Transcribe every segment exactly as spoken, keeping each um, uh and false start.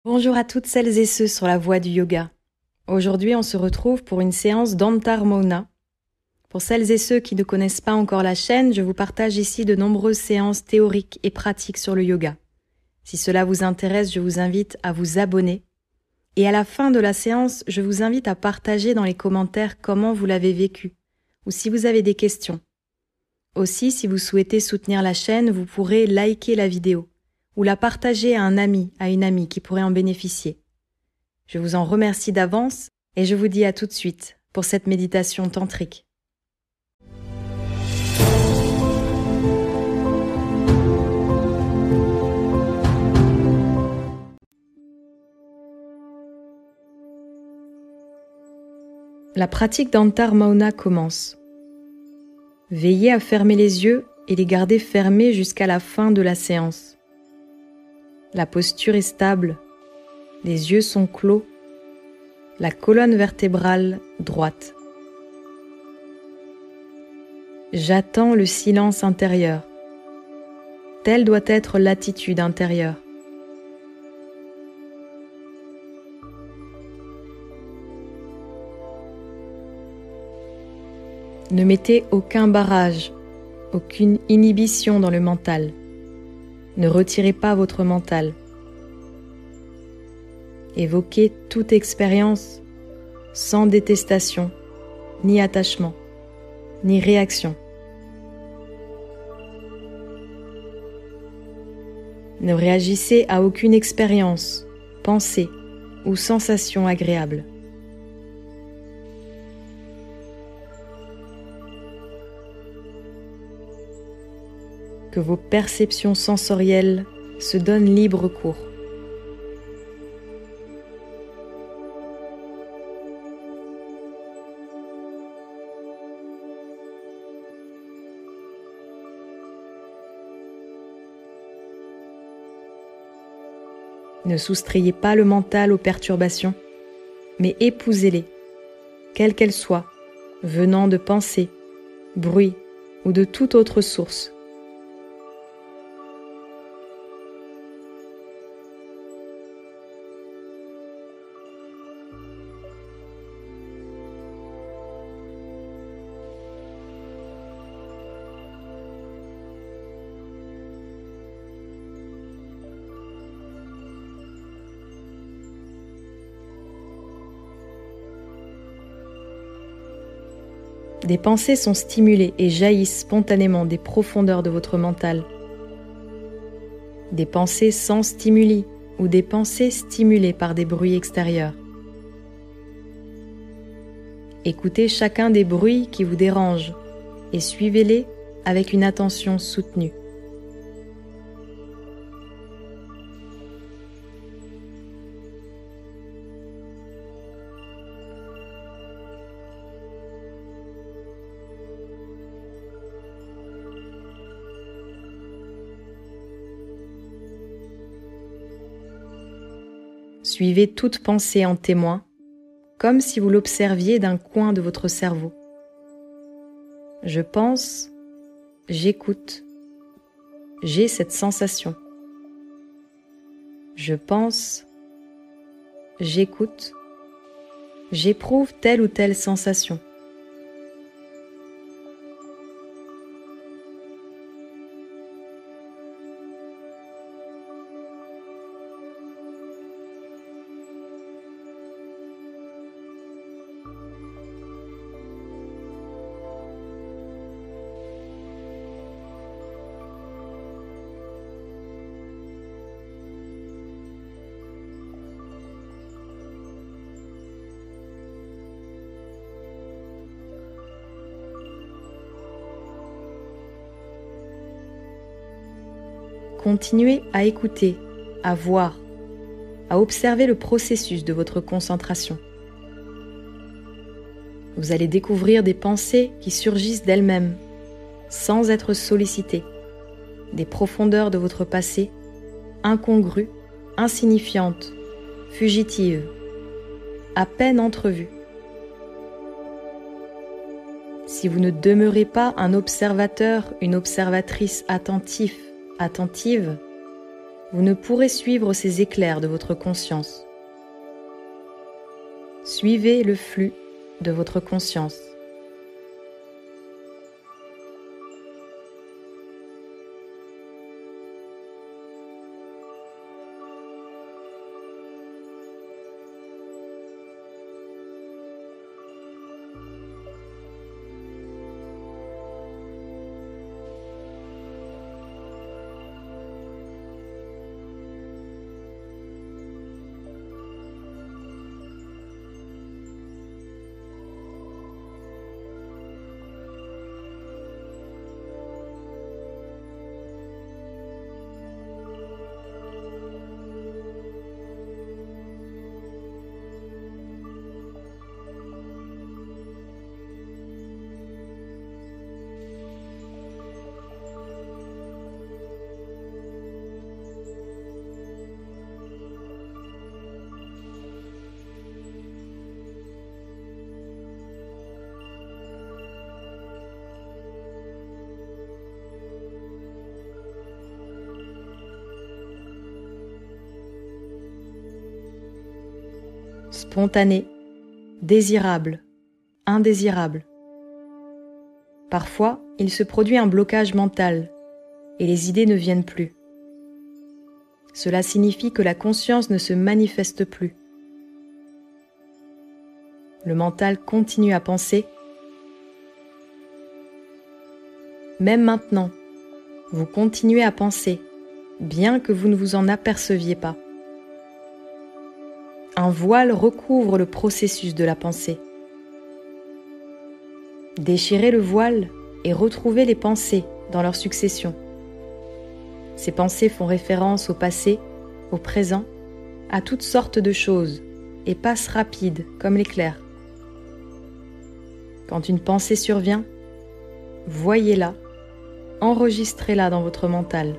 Bonjour à toutes celles et ceux sur la voie du yoga. Aujourd'hui, on se retrouve pour une séance d'Antar Mauna. Pour celles et ceux qui ne connaissent pas encore la chaîne, je vous partage ici de nombreuses séances théoriques et pratiques sur le yoga. Si cela vous intéresse, je vous invite à vous abonner. Et à la fin de la séance, je vous invite à partager dans les commentaires comment vous l'avez vécu, ou si vous avez des questions. Aussi, si vous souhaitez soutenir la chaîne, vous pourrez liker la vidéo ou la partager à un ami, à une amie qui pourrait en bénéficier. Je vous en remercie d'avance et je vous dis à tout de suite pour cette méditation tantrique. La pratique d'Antar Mauna commence. Veillez à fermer les yeux et les garder fermés jusqu'à la fin de la séance. La posture est stable, les yeux sont clos, la colonne vertébrale droite. J'attends le silence intérieur. Telle doit être l'attitude intérieure. Ne mettez aucun barrage, aucune inhibition dans le mental. Ne retirez pas votre mental. Évoquez toute expérience sans détestation, ni attachement, ni réaction. Ne réagissez à aucune expérience, pensée ou sensation agréable. Que vos perceptions sensorielles se donnent libre cours. Ne soustrayez pas le mental aux perturbations, mais épousez-les, quelles qu'elles soient, venant de pensées, bruits ou de toute autre source. Des pensées sont stimulées et jaillissent spontanément des profondeurs de votre mental. Des pensées sans stimuli ou des pensées stimulées par des bruits extérieurs. Écoutez chacun des bruits qui vous dérangent et suivez-les avec une attention soutenue. Suivez toute pensée en témoin, comme si vous l'observiez d'un coin de votre cerveau. Je pense, j'écoute, j'ai cette sensation. Je pense, j'écoute, j'éprouve telle ou telle sensation. Continuez à écouter, à voir, à observer le processus de votre concentration. Vous allez découvrir des pensées qui surgissent d'elles-mêmes, sans être sollicitées, des profondeurs de votre passé, incongrues, insignifiantes, fugitives, à peine entrevues. Si vous ne demeurez pas un observateur, une observatrice attentif, attentive, vous ne pourrez suivre ces éclairs de votre conscience. Suivez le flux de votre conscience. Spontané, désirable, indésirable. Parfois, il se produit un blocage mental et les idées ne viennent plus. Cela signifie que la conscience ne se manifeste plus. Le mental continue à penser. Même maintenant, vous continuez à penser, bien que vous ne vous en aperceviez pas. Un voile recouvre le processus de la pensée. Déchirez le voile et retrouvez les pensées dans leur succession. Ces pensées font référence au passé, au présent, à toutes sortes de choses et passent rapides comme l'éclair. Quand une pensée survient, voyez-la, enregistrez-la dans votre mental.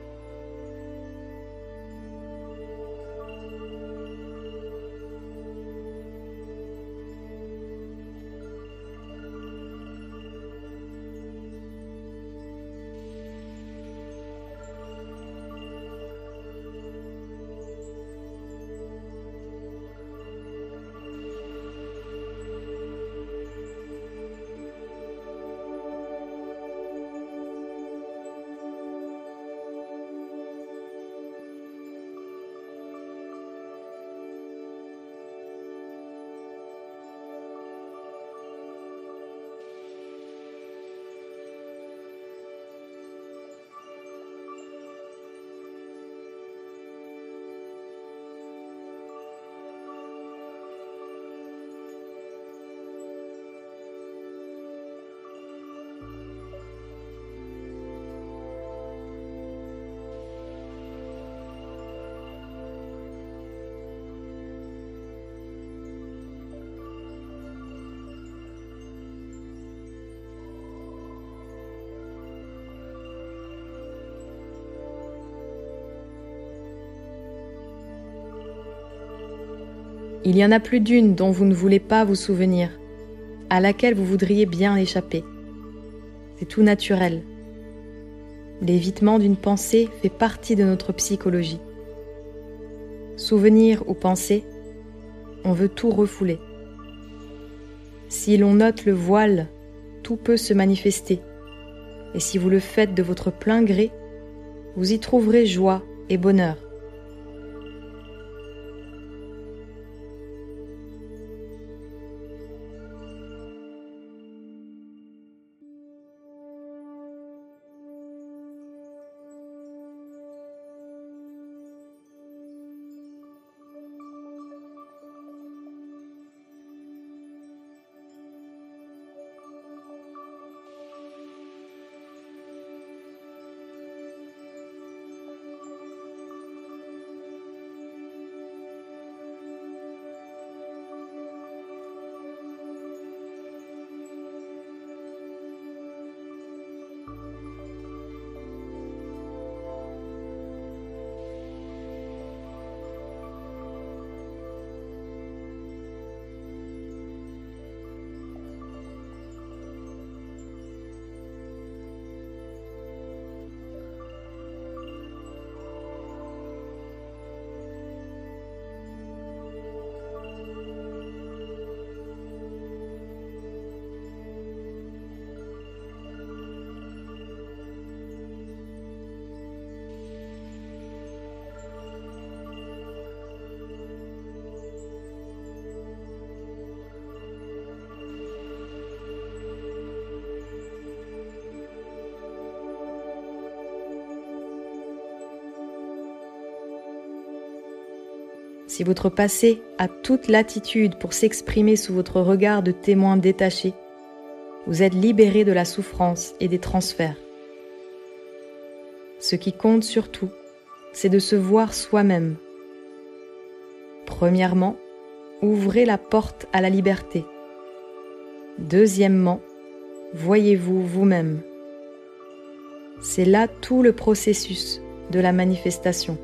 Il y en a plus d'une dont vous ne voulez pas vous souvenir, à laquelle vous voudriez bien échapper. C'est tout naturel. L'évitement d'une pensée fait partie de notre psychologie. Souvenir ou pensée, on veut tout refouler. Si l'on ôte le voile, tout peut se manifester. Et si vous le faites de votre plein gré, vous y trouverez joie et bonheur. Si votre passé a toute latitude pour s'exprimer sous votre regard de témoin détaché, vous êtes libéré de la souffrance et des transferts. Ce qui compte surtout, c'est de se voir soi-même. Premièrement, ouvrez la porte à la liberté. Deuxièmement, voyez-vous vous-même. C'est là tout le processus de la manifestation.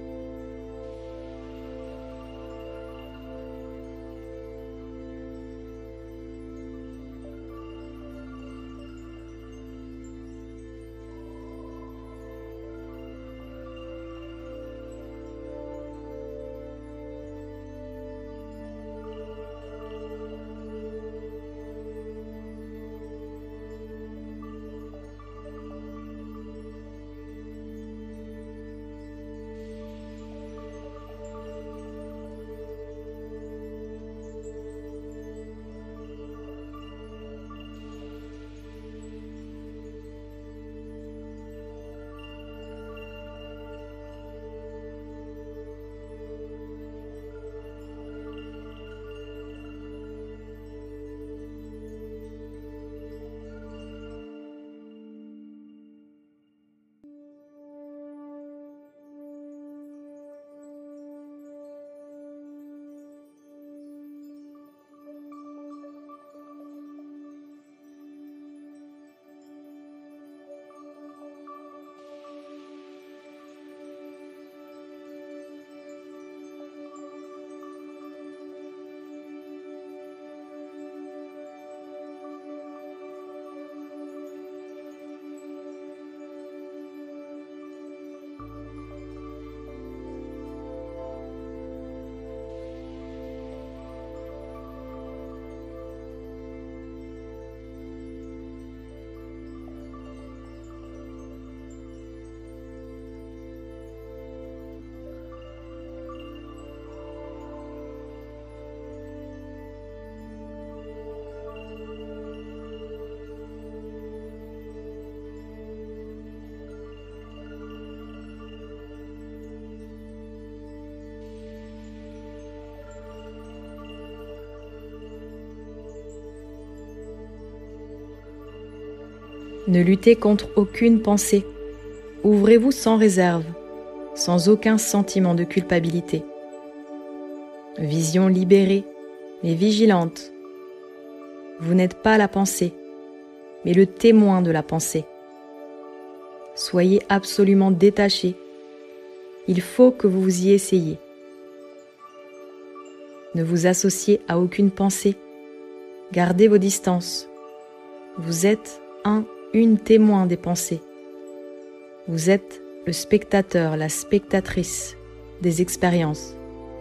Ne luttez contre aucune pensée. Ouvrez-vous sans réserve, sans aucun sentiment de culpabilité. Vision libérée, mais vigilante. Vous n'êtes pas la pensée, mais le témoin de la pensée. Soyez absolument détaché. Il faut que vous vous y essayiez. Ne vous associez à aucune pensée. Gardez vos distances. Vous êtes un une témoin des pensées. Vous êtes le spectateur, la spectatrice des expériences.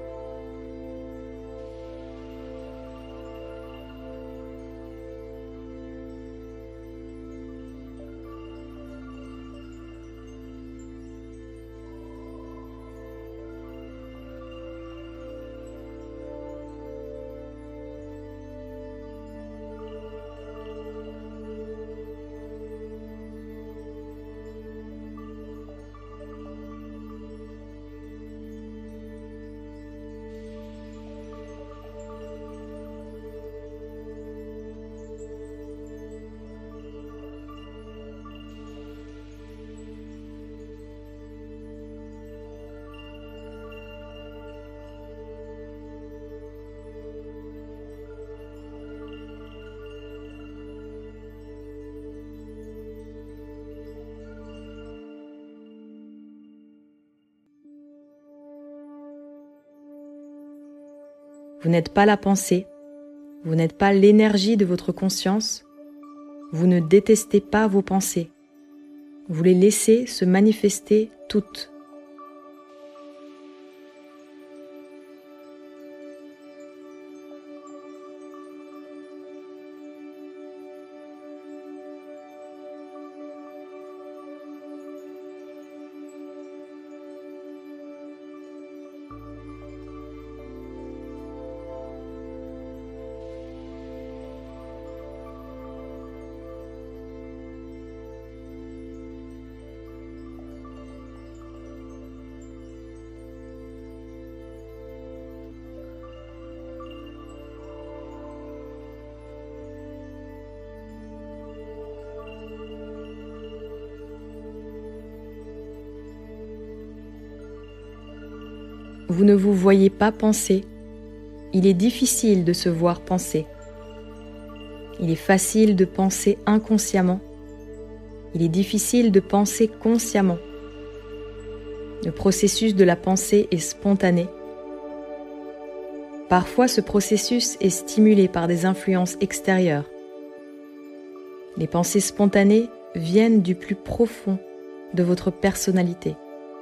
Vous n'êtes pas la pensée, vous n'êtes pas l'énergie de votre conscience, vous ne détestez pas vos pensées, vous les laissez se manifester toutes. vous ne vous voyez pas penser, il est difficile de se voir penser. Il est facile de penser inconsciemment. Il est difficile de penser consciemment. Le processus de la pensée est spontané. Parfois, ce processus est stimulé par des influences extérieures. Les pensées spontanées viennent du plus profond de votre personnalité.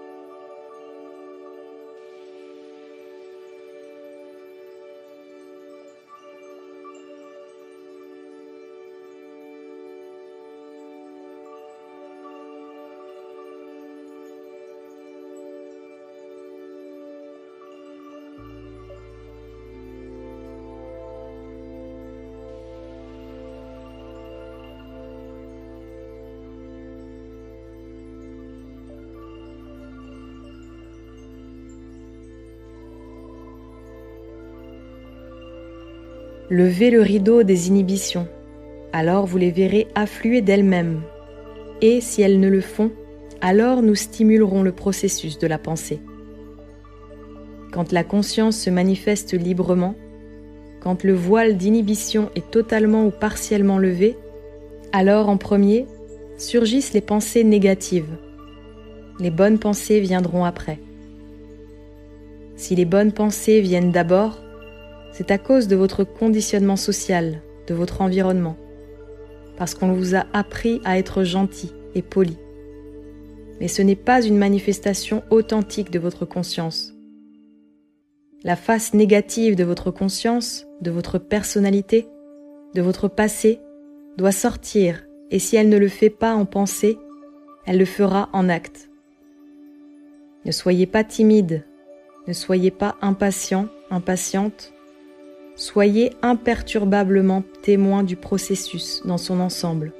Levez le rideau des inhibitions, alors vous les verrez affluer d'elles-mêmes. Et si elles ne le font, alors nous stimulerons le processus de la pensée. Quand la conscience se manifeste librement, quand le voile d'inhibition est totalement ou partiellement levé, alors en premier surgissent les pensées négatives. Les bonnes pensées viendront après. Si les bonnes pensées viennent d'abord, c'est à cause de votre conditionnement social, de votre environnement, parce qu'on vous a appris à être gentil et poli. Mais ce n'est pas une manifestation authentique de votre conscience. La face négative de votre conscience, de votre personnalité, de votre passé, doit sortir, et si elle ne le fait pas en pensée, elle le fera en acte. Ne soyez pas timide, ne soyez pas impatient, impatiente. Soyez imperturbablement témoin du processus dans son ensemble.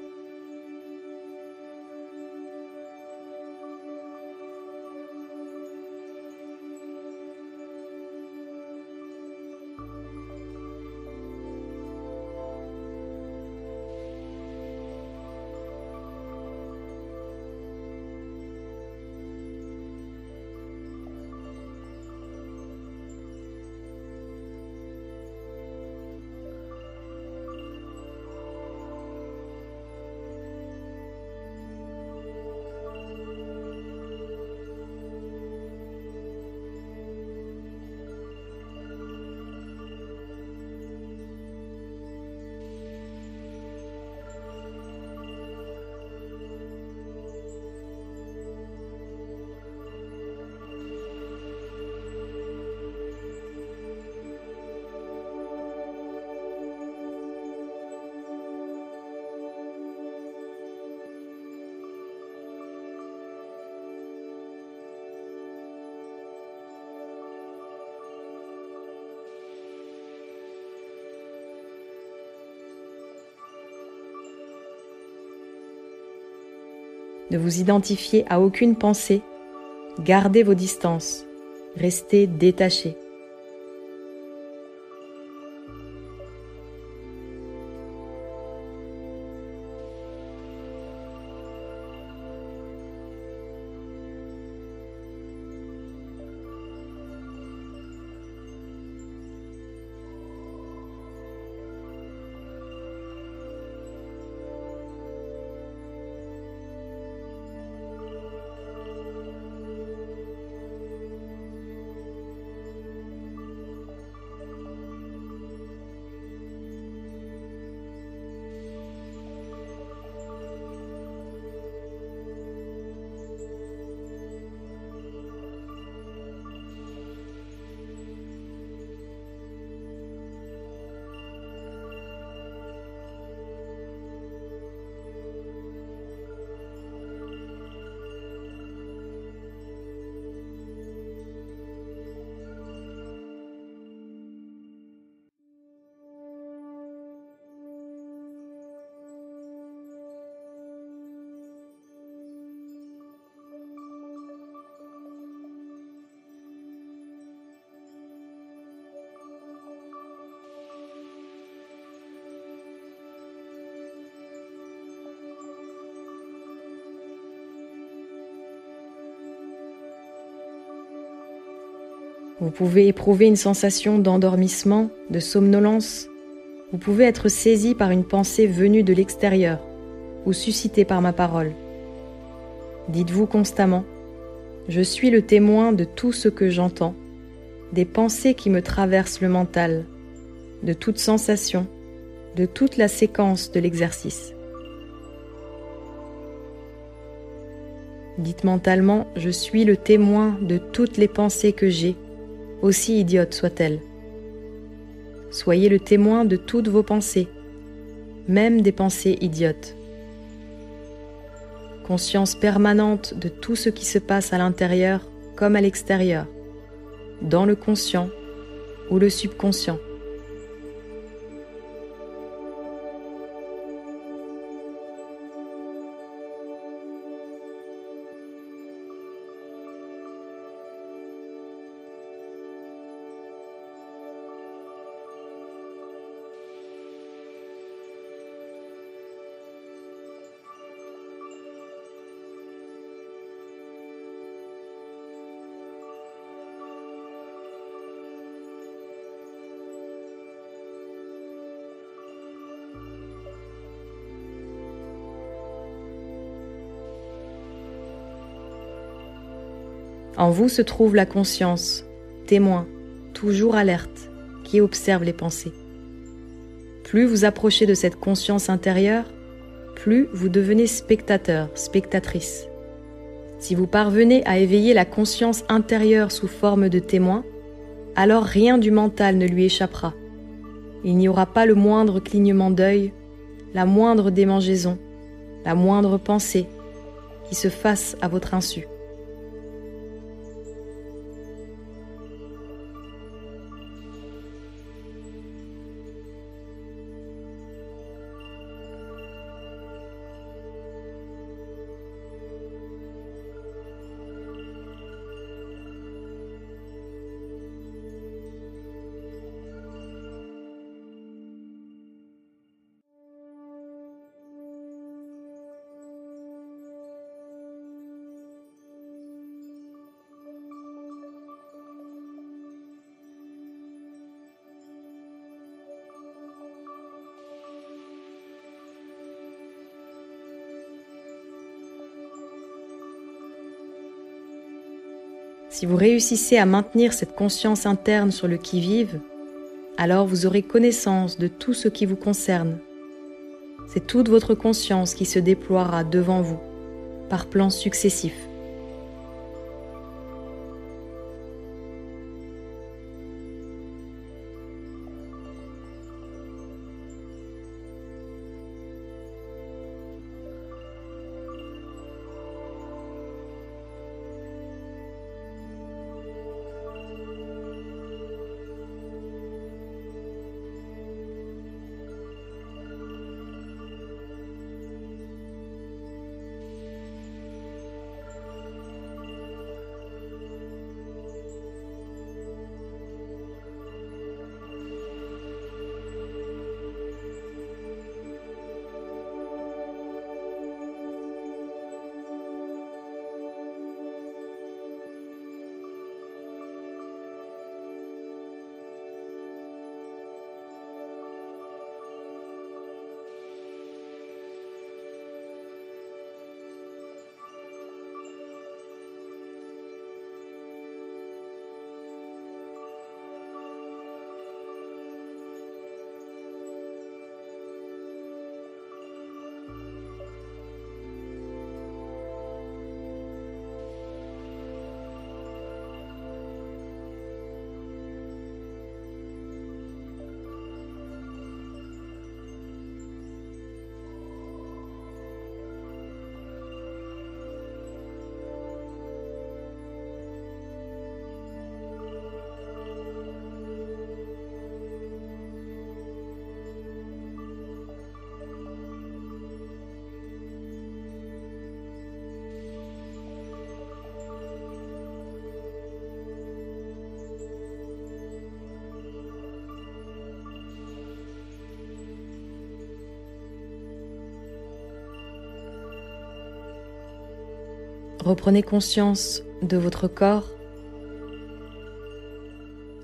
Ne vous identifiez à aucune pensée, gardez vos distances, restez détachés. Vous pouvez éprouver une sensation d'endormissement, de somnolence. Vous pouvez être saisi par une pensée venue de l'extérieur ou suscitée par ma parole. Dites-vous constamment « Je suis le témoin de tout ce que j'entends, des pensées qui me traversent le mental, de toute sensation, de toute la séquence de l'exercice. » Dites mentalement « Je suis le témoin de toutes les pensées que j'ai, aussi idiotes soient-elles. » Soyez le témoin de toutes vos pensées, même des pensées idiotes. Conscience permanente de tout ce qui se passe à l'intérieur comme à l'extérieur, dans le conscient ou le subconscient. En vous se trouve la conscience, témoin, toujours alerte, qui observe les pensées. Plus vous approchez de cette conscience intérieure, plus vous devenez spectateur, spectatrice. Si vous parvenez à éveiller la conscience intérieure sous forme de témoin, alors rien du mental ne lui échappera. Il n'y aura pas le moindre clignement d'œil, la moindre démangeaison, la moindre pensée qui se fasse à votre insu. Si vous réussissez à maintenir cette conscience interne sur le qui-vive, alors vous aurez connaissance de tout ce qui vous concerne. C'est toute votre conscience qui se déploiera devant vous, par plans successifs. Reprenez conscience de votre corps,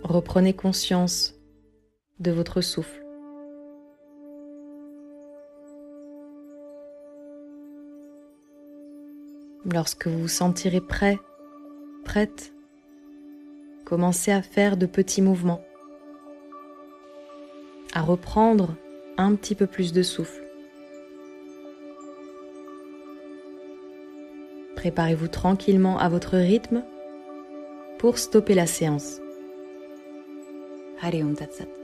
Reprenez conscience de votre souffle. Lorsque vous vous sentirez prêt, prête, commencez à faire de petits mouvements, à reprendre un petit peu plus de souffle. Préparez-vous tranquillement à votre rythme pour stopper la séance. Hariom Tat Sat.